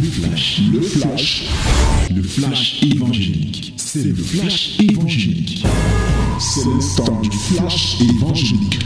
le flash évangélique. C'est le flash évangélique. C'est le temps du flash évangélique.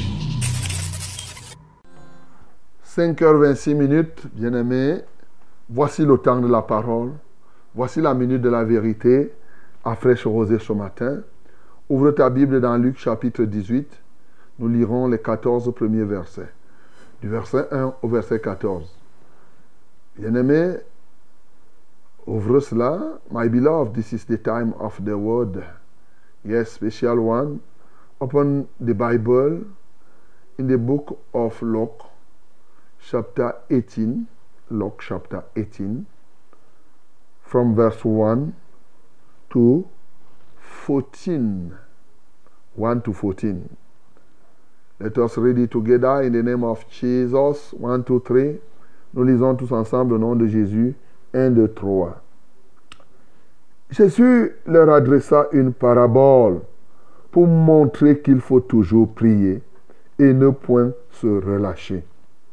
5h26, bien-aimés, voici le temps de la parole, voici la minute de la vérité, à fraîche rosée ce matin. Ouvre ta Bible dans Luc chapitre 18, nous lirons les 14 premiers versets, du verset 1 au verset 14. Bien-aimés, ouvre cela. My beloved, this is the time of the word. Yes, special one. Open the Bible in the book of Luke, chapter 18. Luke chapter 18, from verse 1 to 14. 1 to 14. Let us read it together in the name of Jesus. 1, 2, 3. Nous lisons tous ensemble au nom de Jésus. 1, 2, 3. Jésus leur adressa une parabole pour montrer qu'il faut toujours prier et ne point se relâcher.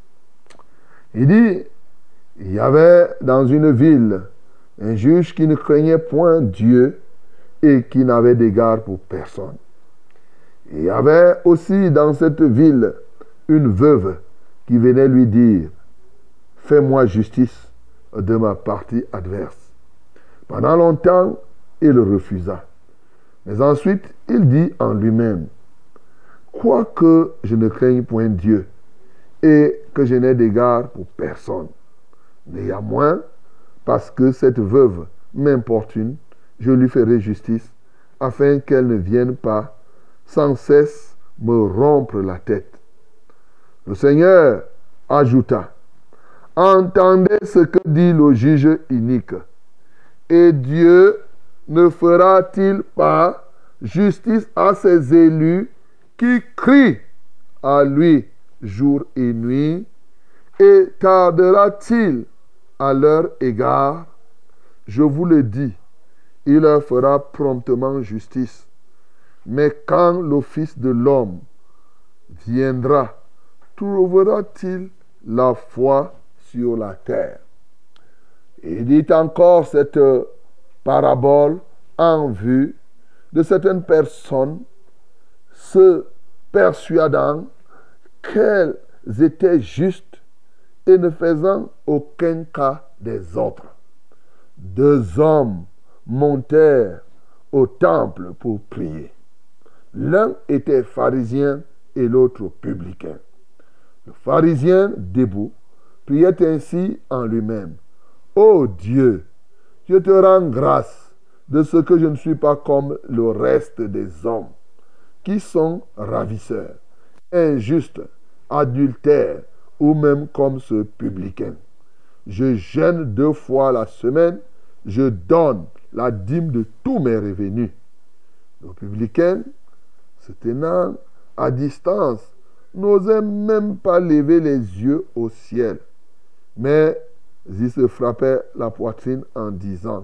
Il dit, il y avait dans une ville un juge qui ne craignait point Dieu et qui n'avait d'égard pour personne. Il y avait aussi dans cette ville une veuve qui venait lui dire, fais-moi justice de ma partie adverse. Pendant longtemps, il refusa. Mais ensuite, il dit en lui-même, quoique je ne craigne point Dieu et que je n'ai d'égard pour personne, néanmoins, parce que cette veuve m'importune, je lui ferai justice, afin qu'elle ne vienne pas sans cesse me rompre la tête. Le Seigneur ajouta, entendez ce que dit le juge inique. Et Dieu ne fera-t-il pas justice à ses élus qui crient à lui jour et nuit? Et tardera-t-il à leur égard? Je vous le dis, il leur fera promptement justice. Mais quand le Fils de l'homme viendra, trouvera-t-il la foi sur la terre? Il dit encore cette parabole en vue de certaines personnes se persuadant qu'elles étaient justes et ne faisant aucun cas des autres. Deux hommes montèrent au temple pour prier. L'un était pharisien et l'autre publicain. Le pharisien, debout, priait ainsi en lui-même. Ô Dieu, je te rends grâce de ce que je ne suis pas comme le reste des hommes, qui sont ravisseurs, injustes, adultères, ou même comme ce publicain. Je jeûne 2 fois la semaine, je donne la dîme de tous mes revenus. Le publicain, se tenant à distance, n'osait même pas lever les yeux au ciel. Mais il se frappait la poitrine en disant,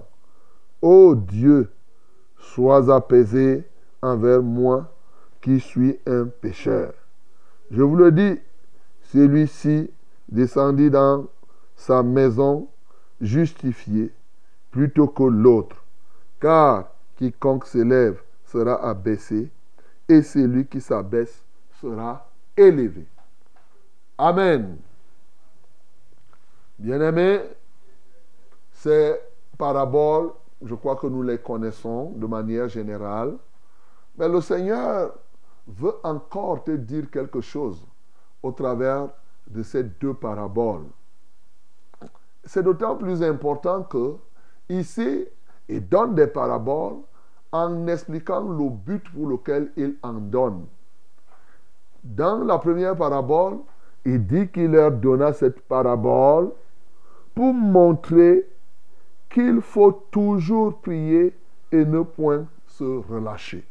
ô Dieu, sois apaisé envers moi qui suis un pécheur. Je vous le dis, celui-ci descendit dans sa maison justifié plutôt que l'autre, car quiconque s'élève sera abaissé et celui qui s'abaisse sera élevé. Amen. Bien-aimés, ces paraboles, je crois que nous les connaissons de manière générale, mais le Seigneur veut encore te dire quelque chose au travers de ces 2 paraboles. C'est d'autant plus important que ici, il donne des paraboles en expliquant le but pour lequel il en donne. Dans la première parabole, il dit qu'il leur donna cette parabole pour montrer qu'il faut toujours prier et ne point se relâcher.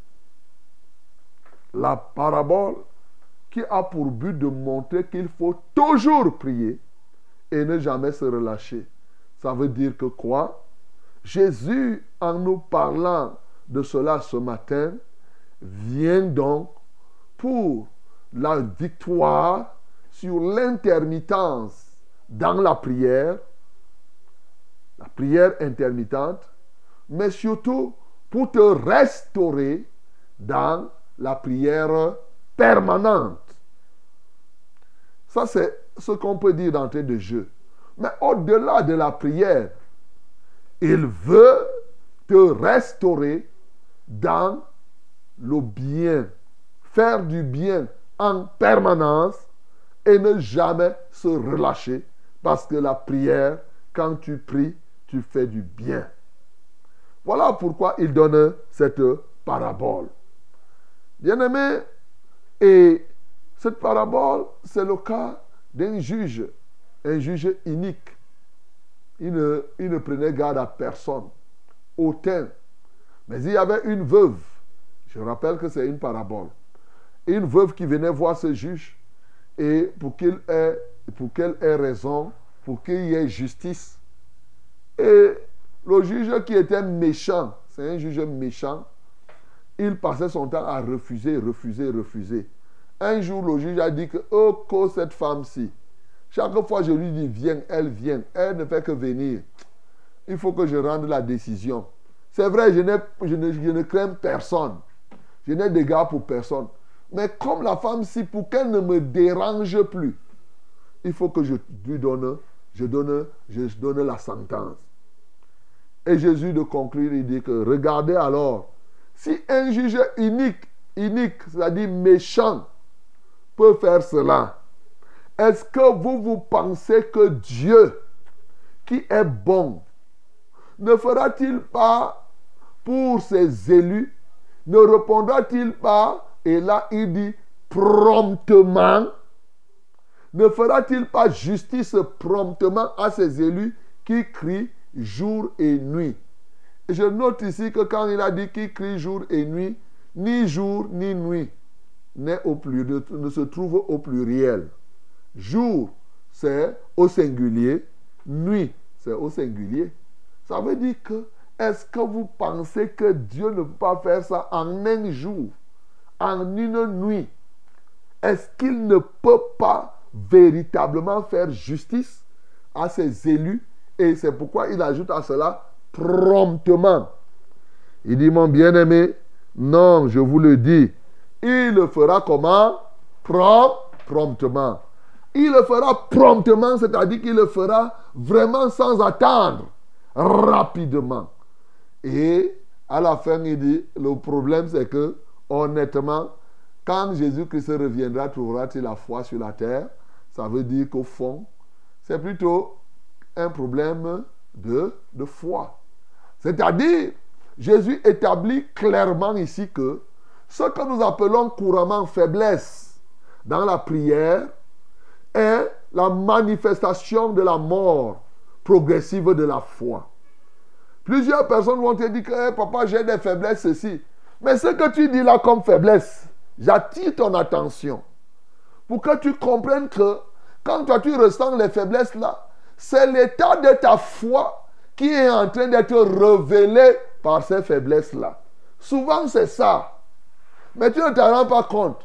La parabole qui a pour but de montrer qu'il faut toujours prier et ne jamais se relâcher. Ça veut dire que quoi? Jésus, en nous parlant de cela ce matin, vient donc pour la victoire sur l'intermittence dans la prière, la prière intermittente, mais surtout pour te restaurer dans la prière permanente. Ça, c'est ce qu'on peut dire d'entrée de jeu. Mais au-delà de la prière, il veut te restaurer dans le bien, faire du bien en permanence et ne jamais se relâcher, parce que la prière, quand tu pries, tu fais du bien. Voilà pourquoi il donne cette parabole. Bien-aimé, et cette parabole, c'est le cas d'un juge, un juge inique. Il ne prenait garde à personne, hautain. Mais il y avait une veuve, je rappelle que c'est une parabole, une veuve qui venait voir ce juge, et pour qu'elle ait raison, pour qu'il y ait justice. Et le juge qui était méchant, c'est un juge méchant, il passait son temps à refuser. Un jour, le juge a dit que, oh, que cette femme-ci, chaque fois je lui dis viens, elle ne fait que venir. Il faut que je rende la décision. C'est vrai, je ne crains personne. Je n'ai d'égard pour personne. Mais comme la femme-ci, pour qu'elle ne me dérange plus, il faut que je donne la sentence. Et Jésus de conclure, il dit que regardez alors, si un juge unique, c'est-à-dire méchant, peut faire cela, est-ce que vous pensez que Dieu, qui est bon, ne fera-t-il pas pour ses élus, ne répondra-t-il pas, et là il dit promptement, ne fera-t-il pas justice promptement à ses élus qui crient jour et nuit? Et je note ici que quand il a dit qu'il crie jour et nuit, ni jour ni nuit ne se trouve au pluriel. Jour, c'est au singulier. Nuit, c'est au singulier. Ça veut dire que, est-ce que vous pensez que Dieu ne peut pas faire ça en un jour, en une nuit? Est-ce qu'il ne peut pas véritablement faire justice à ses élus? Et c'est pourquoi il ajoute à cela promptement. Il dit, mon bien-aimé, non, je vous le dis, il le fera comment? Promptement. Il le fera promptement, c'est-à-dire qu'il le fera vraiment sans attendre, rapidement. Et à la fin, il dit, le problème c'est que, honnêtement, quand Jésus-Christ reviendra, trouvera-t-il la foi sur la terre? Ça veut dire qu'au fond, c'est plutôt un problème de foi. C'est-à-dire, Jésus établit clairement ici que ce que nous appelons couramment faiblesse dans la prière est la manifestation de la mort progressive de la foi. Plusieurs personnes vont te dire que hey, papa, j'ai des faiblesses, ceci. Mais ce que tu dis là comme faiblesse, j'attire ton attention pour que tu comprennes que quand toi tu ressens les faiblesses là, c'est l'état de ta foi qui est en train d'être révélé par ces faiblesses-là. Souvent, c'est ça. Mais tu ne t'en rends pas compte.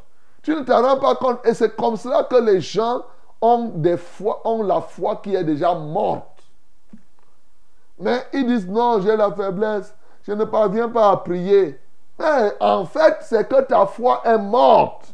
Et c'est comme cela que les gens ont la foi qui est déjà morte. Mais ils disent, non, j'ai la faiblesse. Je ne parviens pas à prier. Mais en fait, c'est que ta foi est morte.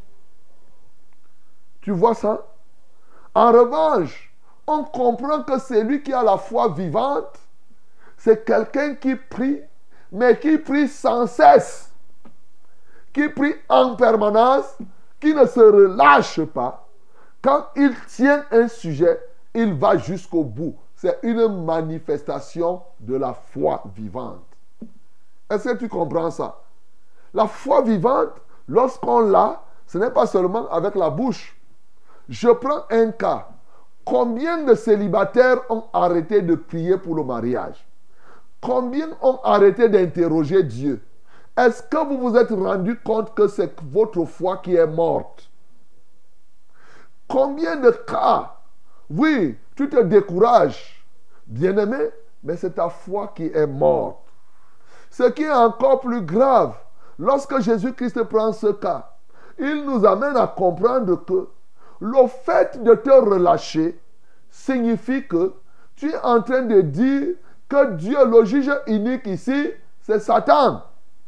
Tu vois ça? En revanche, on comprend que celui qui a la foi vivante, c'est quelqu'un qui prie, mais qui prie sans cesse, qui prie en permanence, qui ne se relâche pas. Quand il tient un sujet, il va jusqu'au bout. C'est une manifestation de la foi vivante. Est-ce que tu comprends ça? La foi vivante, lorsqu'on l'a, ce n'est pas seulement avec la bouche. Je prends un cas. Combien de célibataires ont arrêté de prier pour le mariage? Combien ont arrêté d'interroger Dieu? Est-ce que vous vous êtes rendu compte que c'est votre foi qui est morte? Combien de cas? Oui, tu te décourages, bien-aimé, mais c'est ta foi qui est morte. Ce qui est encore plus grave, lorsque Jésus-Christ prend ce cas, il nous amène à comprendre que le fait de te relâcher signifie que tu es en train de dire que Dieu, le juge unique ici, c'est Satan.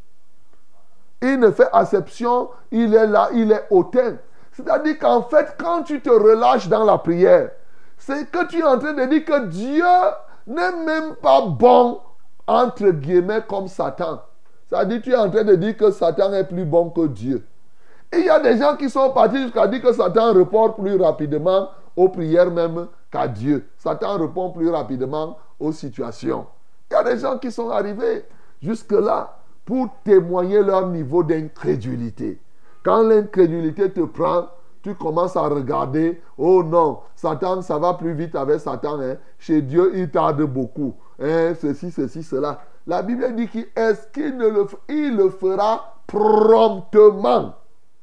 Il ne fait acception, il est là, il est hautain. C'est-à-dire qu'en fait, quand tu te relâches dans la prière, c'est que tu es en train de dire que Dieu n'est même pas bon, entre guillemets, comme Satan. C'est-à-dire que tu es en train de dire que Satan est plus bon que Dieu. Et il y a des gens qui sont partis jusqu'à dire que Satan répond plus rapidement aux prières même qu'à Dieu. Satan répond plus rapidement aux situations. Il y a des gens qui sont arrivés jusque-là pour témoigner leur niveau d'incrédulité. Quand l'incrédulité te prend, tu commences à regarder, oh non, Satan, ça va plus vite avec Satan. Hein. Chez Dieu, il tarde beaucoup. Hein, ceci, cela. La Bible dit qu'il le fera promptement.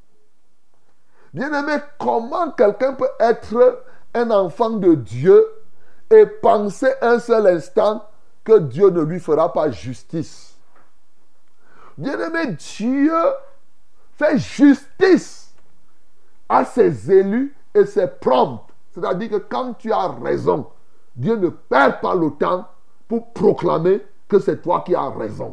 Bien-aimé, comment quelqu'un peut être un enfant de Dieu et penser un seul instant que Dieu ne lui fera pas justice? Bien-aimé, Dieu fait justice à ses élus et ses prompts. C'est-à-dire que quand tu as raison, Dieu ne perd pas le temps pour proclamer que c'est toi qui as raison.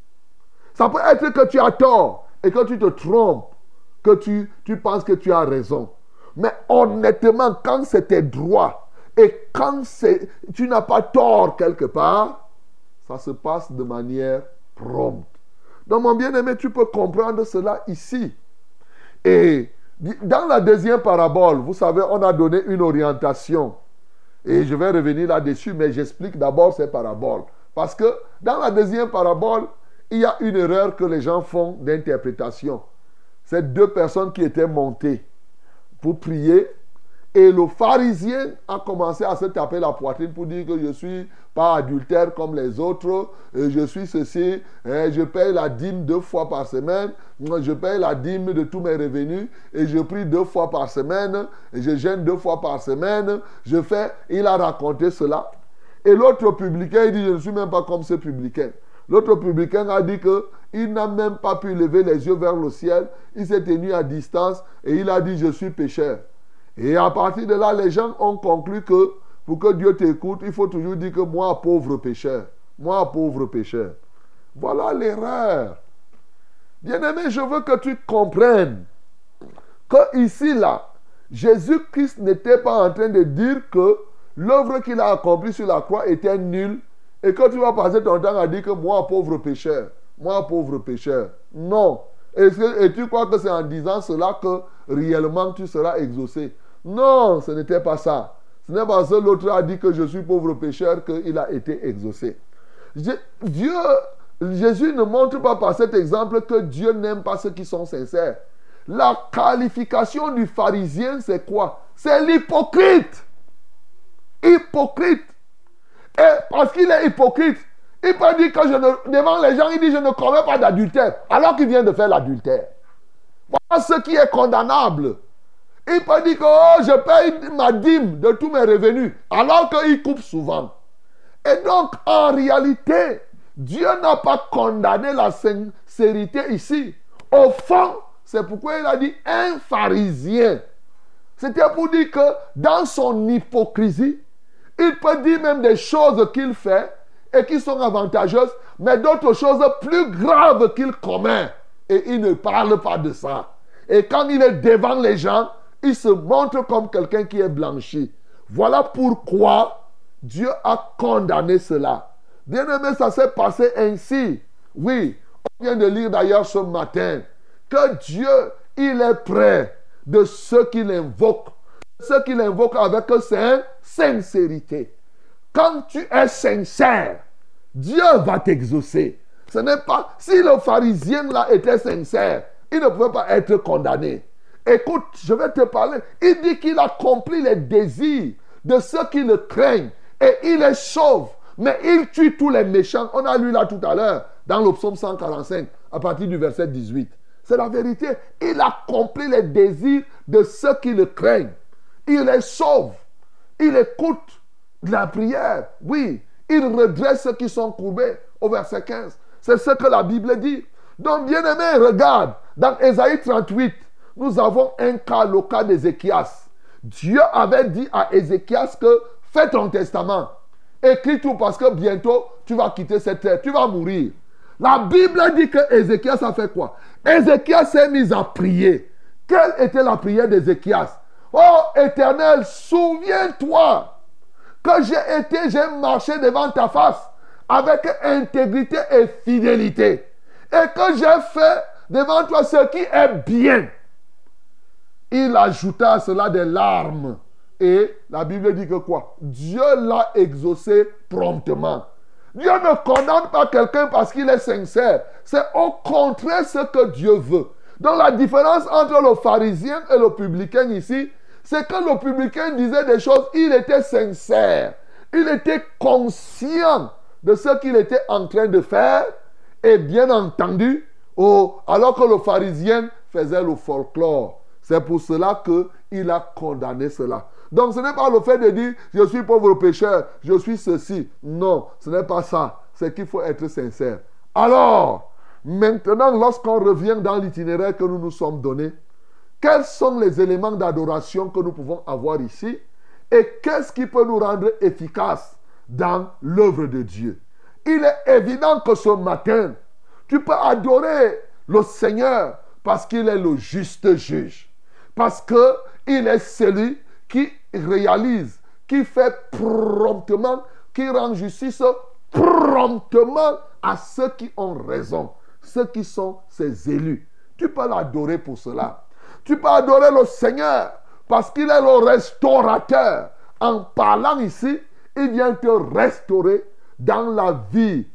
Ça peut être que tu as tort et que tu te trompes, que tu penses que tu as raison. Mais honnêtement, quand c'est tes droits et quand tu n'as pas tort quelque part, ça se passe de manière prompte. Donc mon bien-aimé, tu peux comprendre cela ici. Et dans la deuxième parabole, vous savez, on a donné une orientation. Et je vais revenir là-dessus, mais j'explique d'abord ces paraboles. Parce que dans la deuxième parabole, il y a une erreur que les gens font d'interprétation. C'est deux personnes qui étaient montées pour prier. Et le pharisien a commencé à se taper la poitrine pour dire que je ne suis pas adultère comme les autres, je suis ceci, je paye la dîme 2 fois par semaine, je paye la dîme de tous mes revenus, et je prie 2 fois par semaine, et je jeûne 2 fois par semaine, il a raconté cela. Et l'autre publicain, il dit, je ne suis même pas comme ce publicain. L'autre publicain a dit qu'il n'a même pas pu lever les yeux vers le ciel, il s'est tenu à distance, et il a dit, je suis pécheur. Et à partir de là, les gens ont conclu que pour que Dieu t'écoute, il faut toujours dire que moi, pauvre pécheur. Moi, pauvre pécheur. Voilà l'erreur. Bien-aimé, je veux que tu comprennes que ici, là, Jésus-Christ n'était pas en train de dire que l'œuvre qu'il a accomplie sur la croix était nulle et que tu vas passer ton temps à dire que moi, pauvre pécheur. Moi, pauvre pécheur. Non. Et tu crois que c'est en disant cela que réellement tu seras exaucé? Non, ce n'était pas ça. Ce n'est pas parce que l'autre a dit que je suis pauvre pécheur qu'il a été exaucé. Jésus ne montre pas par cet exemple que Dieu n'aime pas ceux qui sont sincères. La qualification du pharisien, c'est quoi? C'est l'hypocrite. Hypocrite. Et parce qu'il est hypocrite, il peut dire que devant les gens, il dit je ne commets pas d'adultère, alors qu'il vient de faire l'adultère. Voilà ce qui est condamnable. Il peut dire que je paye ma dîme de tous mes revenus, alors qu'il coupe souvent. Et donc, en réalité, Dieu n'a pas condamné la sincérité ici. Au fond, c'est pourquoi il a dit un pharisien. C'était pour dire que dans son hypocrisie, il peut dire même des choses qu'il fait et qui sont avantageuses, mais d'autres choses plus graves qu'il commet. Et il ne parle pas de ça. Et quand il est devant les gens, il se montre comme quelqu'un qui est blanchi. Voilà pourquoi Dieu a condamné cela. Bien-aimé, ça s'est passé ainsi. Oui, on vient de lire d'ailleurs ce matin que Dieu, il est près de ceux qui l'invoquent. Ceux qui l'invoquent avec sincérité. Quand tu es sincère, Dieu va t'exaucer. Ce n'est pas... Si le pharisien là était sincère, il ne pouvait pas être condamné. Écoute, je vais te parler. Il dit qu'il accomplit les désirs de ceux qui le craignent. Et il les sauve. Mais il tue tous les méchants. On a lu là tout à l'heure, dans le psaume 145, à partir du verset 18. C'est la vérité. Il accomplit les désirs de ceux qui le craignent. Il les sauve. Il écoute la prière. Oui, il redresse ceux qui sont courbés. Au verset 15. C'est ce que la Bible dit. Donc, bien-aimé, regarde. Dans Ésaïe 38, nous avons un cas, le cas d'Ézéchias. Dieu avait dit à Ézéchias que fais ton testament. Écris tout parce que bientôt, tu vas quitter cette terre. Tu vas mourir. La Bible dit que Ézéchias a fait quoi? Ézéchias s'est mis à prier. Quelle était la prière d'Ézéchias? Oh Éternel, souviens-toi que j'ai marché devant ta face avec intégrité et fidélité. Et que j'ai fait devant toi ce qui est bien. Il ajouta à cela des larmes. Et la Bible dit que quoi? Dieu l'a exaucé promptement. Dieu ne condamne pas quelqu'un parce qu'il est sincère. C'est au contraire ce que Dieu veut. Donc la différence entre le pharisien et le publicain ici, c'est que le publicain disait des choses, il était sincère. Il était conscient de ce qu'il était en train de faire. Et bien entendu, alors que le pharisien faisait le folklore. C'est pour cela qu'il a condamné cela. Donc ce n'est pas le fait de dire je suis pauvre pécheur, je suis ceci. Non, ce n'est pas ça. C'est qu'il faut être sincère. Alors, maintenant, lorsqu'on revient dans l'itinéraire que nous nous sommes donné, quels sont les éléments d'adoration que nous pouvons avoir ici et qu'est-ce qui peut nous rendre efficaces dans l'œuvre de Dieu? Il est évident que ce matin, tu peux adorer le Seigneur parce qu'il est le juste juge. Parce qu'il est celui qui réalise, qui fait promptement, qui rend justice promptement à ceux qui ont raison, ceux qui sont ses élus. Tu peux l'adorer pour cela. Tu peux adorer le Seigneur parce qu'il est le restaurateur. En parlant ici, il vient te restaurer dans la vie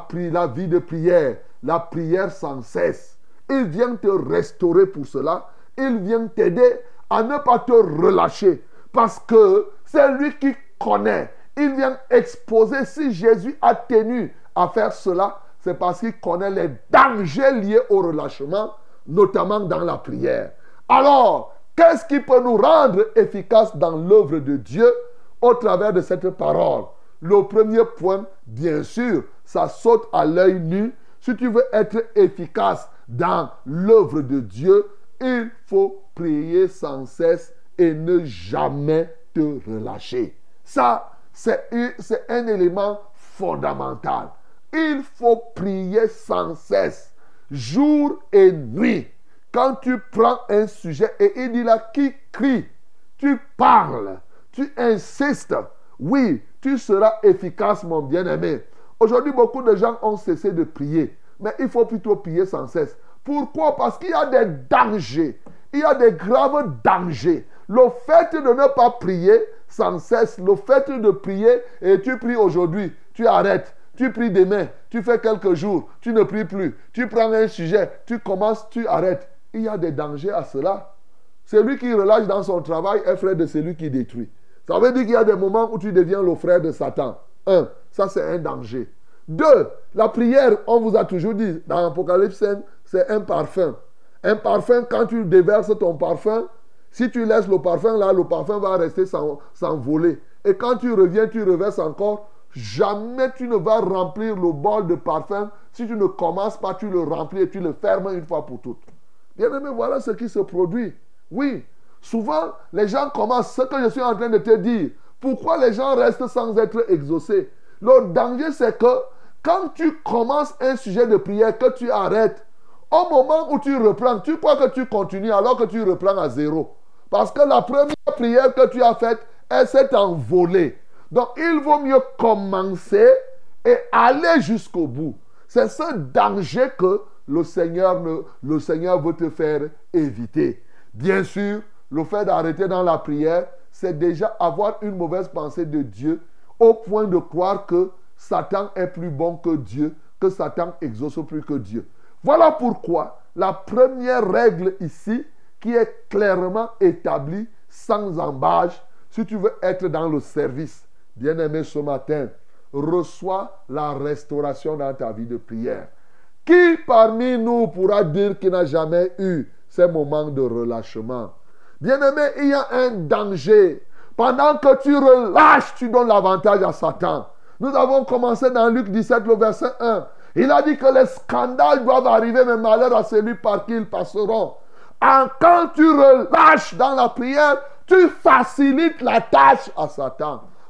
de prière, la prière sans cesse. Il vient te restaurer pour cela. Il vient t'aider à ne pas te relâcher parce que c'est lui qui connaît. Il vient exposer si Jésus a tenu à faire cela, c'est parce qu'il connaît les dangers liés au relâchement, notamment dans la prière. Alors, qu'est-ce qui peut nous rendre efficaces dans l'œuvre de Dieu au travers de cette parole? Le premier point, bien sûr, ça saute à l'œil nu. Si tu veux être efficace dans l'œuvre de Dieu, il faut prier sans cesse et ne jamais te relâcher. Ça, c'est un élément fondamental. Il faut prier sans cesse, jour et nuit. Quand tu prends un sujet et il dit là, qui crie, tu parles, tu insistes, oui, tu seras efficace, mon bien-aimé. Aujourd'hui, beaucoup de gens ont cessé de prier, mais il faut plutôt prier sans cesse. Pourquoi? Parce qu'il y a des dangers. Il y a des graves dangers. Le fait de ne pas prier sans cesse, le fait de prier et tu pries aujourd'hui, tu arrêtes, tu pries demain, tu fais quelques jours, tu ne pries plus, tu prends un sujet, tu commences, tu arrêtes. Il y a des dangers à cela. Celui qui relâche dans son travail est frère de celui qui détruit. Ça veut dire qu'il y a des moments où tu deviens le frère de Satan. Ça c'est un danger. 2, la prière, on vous a toujours dit, dans l'Apocalypse 5, c'est un parfum. Un parfum, quand tu déverses ton parfum, si tu laisses le parfum là, le parfum va rester s'envoler. Et quand tu reviens, tu reverses encore, jamais tu ne vas remplir le bol de parfum. Si tu ne commences pas, tu le remplis et tu le fermes une fois pour toutes. Bien aimé, voilà ce qui se produit. Oui, souvent, les gens commencent, ce que je suis en train de te dire, pourquoi les gens restent sans être exaucés? Le danger, c'est que quand tu commences un sujet de prière, que tu arrêtes, au moment où tu reprends, tu crois que tu continues alors que tu reprends à zéro. Parce que la première prière que tu as faite, elle s'est envolée. Donc, il vaut mieux commencer et aller jusqu'au bout. C'est ce danger que le Seigneur veut te faire éviter. Bien sûr, le fait d'arrêter dans la prière, c'est déjà avoir une mauvaise pensée de Dieu au point de croire que Satan est plus bon que Dieu, que Satan exauce plus que Dieu. Voilà pourquoi la première règle ici, qui est clairement établie, sans embâche, si tu veux être dans le service, bien-aimé, ce matin, reçois la restauration dans ta vie de prière. Qui parmi nous pourra dire qu'il n'a jamais eu ces moments de relâchement? Bien-aimé, il y a un danger. Pendant que tu relâches, tu donnes l'avantage à Satan. Nous avons commencé dans Luc 17, le verset 1. Il a dit que les scandales doivent arriver, mais malheur à celui par qui ils passeront. Quand tu relâches dans la prière, tu facilites la tâche à Satan.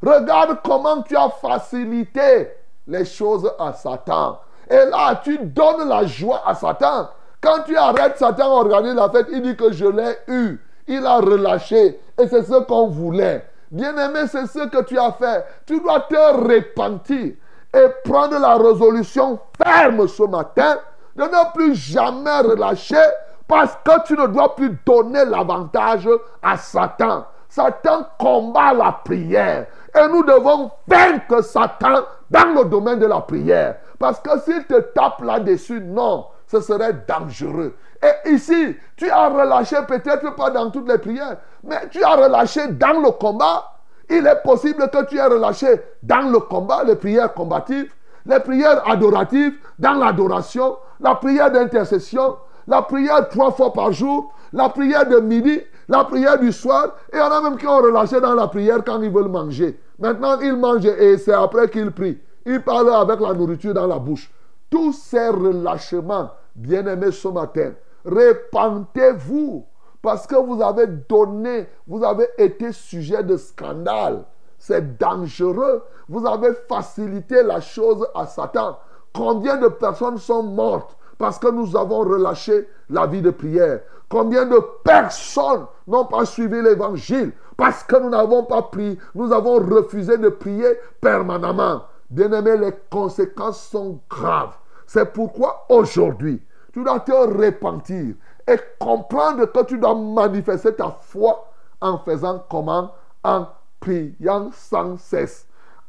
Regarde comment tu as facilité les choses à Satan. Et là, tu donnes la joie à Satan. Quand tu arrêtes Satan à organiser la fête, il dit que je l'ai eu. Il a relâché. Et c'est ce qu'on voulait. Bien-aimé, c'est ce que tu as fait. Tu dois te repentir et prendre la résolution ferme ce matin de ne plus jamais relâcher, parce que tu ne dois plus donner l'avantage à Satan. Satan combat la prière. Et nous devons vaincre Satan dans le domaine de la prière. Parce que s'il te tape là-dessus, non, ce serait dangereux. Et ici, tu as relâché, peut-être pas dans toutes les prières, mais tu as relâché dans le combat. Il est possible que tu aies relâché dans le combat, les prières combatives, les prières adoratives, dans l'adoration, la prière d'intercession, la prière 3 fois par jour, la prière de midi, la prière du soir. Et il y en a même qui ont relâché dans la prière quand ils veulent manger. Maintenant, ils mangent et c'est après qu'ils prient. Ils parlent avec la nourriture dans la bouche. Tous ces relâchements, bien-aimés ce matin, repentez-vous. Parce que vous avez donné, vous avez été sujet de scandale. C'est dangereux. Vous avez facilité la chose à Satan. Combien de personnes sont mortes parce que nous avons relâché la vie de prière? Combien de personnes n'ont pas suivi l'évangile parce que nous n'avons pas prié, nous avons refusé de prier permanemment? Bien-aimés, les conséquences sont graves. C'est pourquoi aujourd'hui, tu dois te repentir et comprendre que tu dois manifester ta foi en faisant comment? En priant sans cesse,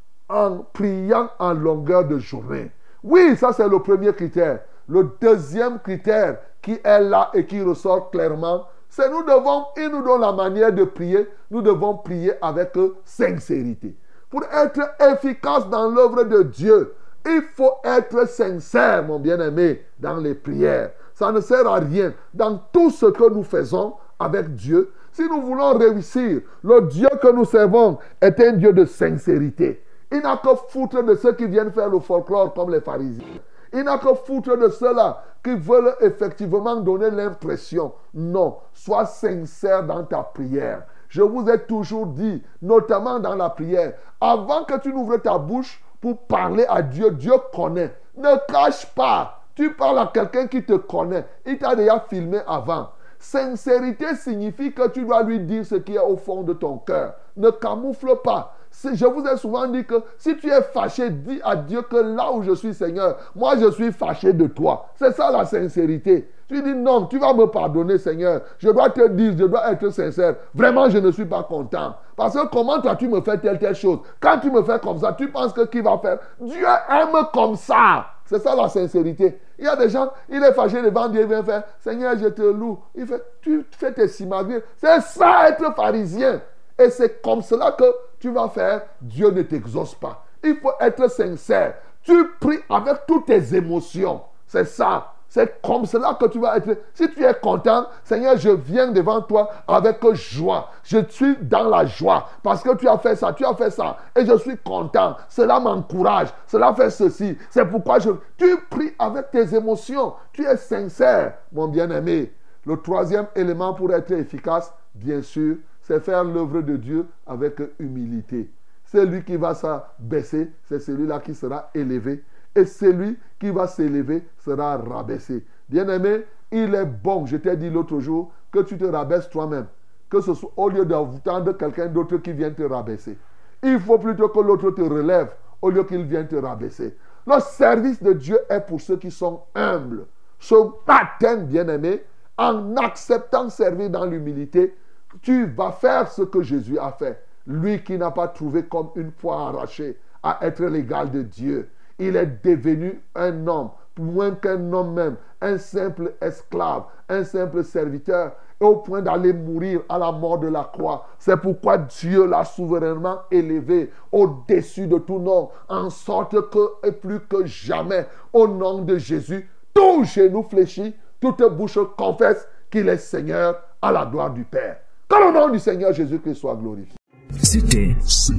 en priant en longueur de journée. Oui, ça c'est le premier critère. Le deuxième critère qui est là et qui ressort clairement, c'est nous donne la manière de prier, nous devons prier avec sincérité. Pour être efficace dans l'œuvre de Dieu, il faut être sincère, mon bien-aimé, dans les prières. Ça ne sert à rien. Dans tout ce que nous faisons avec Dieu, si nous voulons réussir, le Dieu que nous servons est un Dieu de sincérité. Il n'a que foutre de ceux qui viennent faire le folklore comme les pharisiens. Il n'a que foutre de ceux-là qui veulent effectivement donner l'impression. Non, sois sincère dans ta prière. Je vous ai toujours dit, notamment dans la prière, avant que tu n'ouvres ta bouche pour parler à Dieu, Dieu connaît. Ne cache pas. Tu parles à quelqu'un qui te connaît. Il t'a déjà filmé avant. Sincérité signifie que tu dois lui dire ce qui est au fond de ton cœur. Ne camoufle pas. Je vous ai souvent dit que si tu es fâché, dis à Dieu que là où je suis, Seigneur, moi je suis fâché de toi. C'est ça la sincérité. Tu dis non, tu vas me pardonner, Seigneur. Je dois te dire, je dois être sincère. Vraiment, je ne suis pas content. Parce que comment toi tu me fais telle chose? Quand tu me fais comme ça, tu penses que qui va faire? Dieu aime comme ça. C'est ça la sincérité. Il y a des gens, il est fâché devant Dieu, il vient faire, Seigneur, je te loue. Il fait, tu fais tes simagures. C'est ça être pharisien. Et c'est comme cela que tu vas faire, Dieu ne t'exauce pas. Il faut être sincère. Tu pries avec toutes tes émotions. C'est ça. C'est comme cela que tu vas être. Si tu es content, Seigneur, je viens devant toi avec joie. Je suis dans la joie parce que tu as fait ça, tu as fait ça. Et je suis content. Cela m'encourage. Cela fait ceci. C'est pourquoi tu pries avec tes émotions. Tu es sincère, mon bien-aimé. Le troisième élément pour être efficace, bien sûr, c'est faire l'œuvre de Dieu avec humilité. Celui qui va s'abaisser, c'est celui-là qui sera élevé. Et celui qui va s'élever sera rabaissé. Bien-aimé, il est bon, je t'ai dit l'autre jour, que tu te rabaisses toi-même. Que ce soit au lieu d'attendre quelqu'un d'autre qui vienne te rabaisser. Il faut plutôt que l'autre te relève au lieu qu'il vienne te rabaisser. Le service de Dieu est pour ceux qui sont humbles. Ce matin, bien-aimé, en acceptant servir dans l'humilité, tu vas faire ce que Jésus a fait. Lui qui n'a pas trouvé comme une poire arrachée à être l'égal de Dieu. Il est devenu un homme, moins qu'un homme même, un simple esclave, un simple serviteur, et au point d'aller mourir à la mort de la croix. C'est pourquoi Dieu l'a souverainement élevé au-dessus de tout nom, en sorte que, et plus que jamais, au nom de Jésus, tout genou fléchit, toute bouche confesse qu'il est Seigneur à la gloire du Père. Que le nom du Seigneur Jésus-Christ soit glorifié. C'était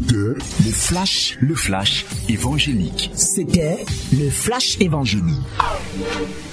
le flash évangélique. C'était le flash évangélique.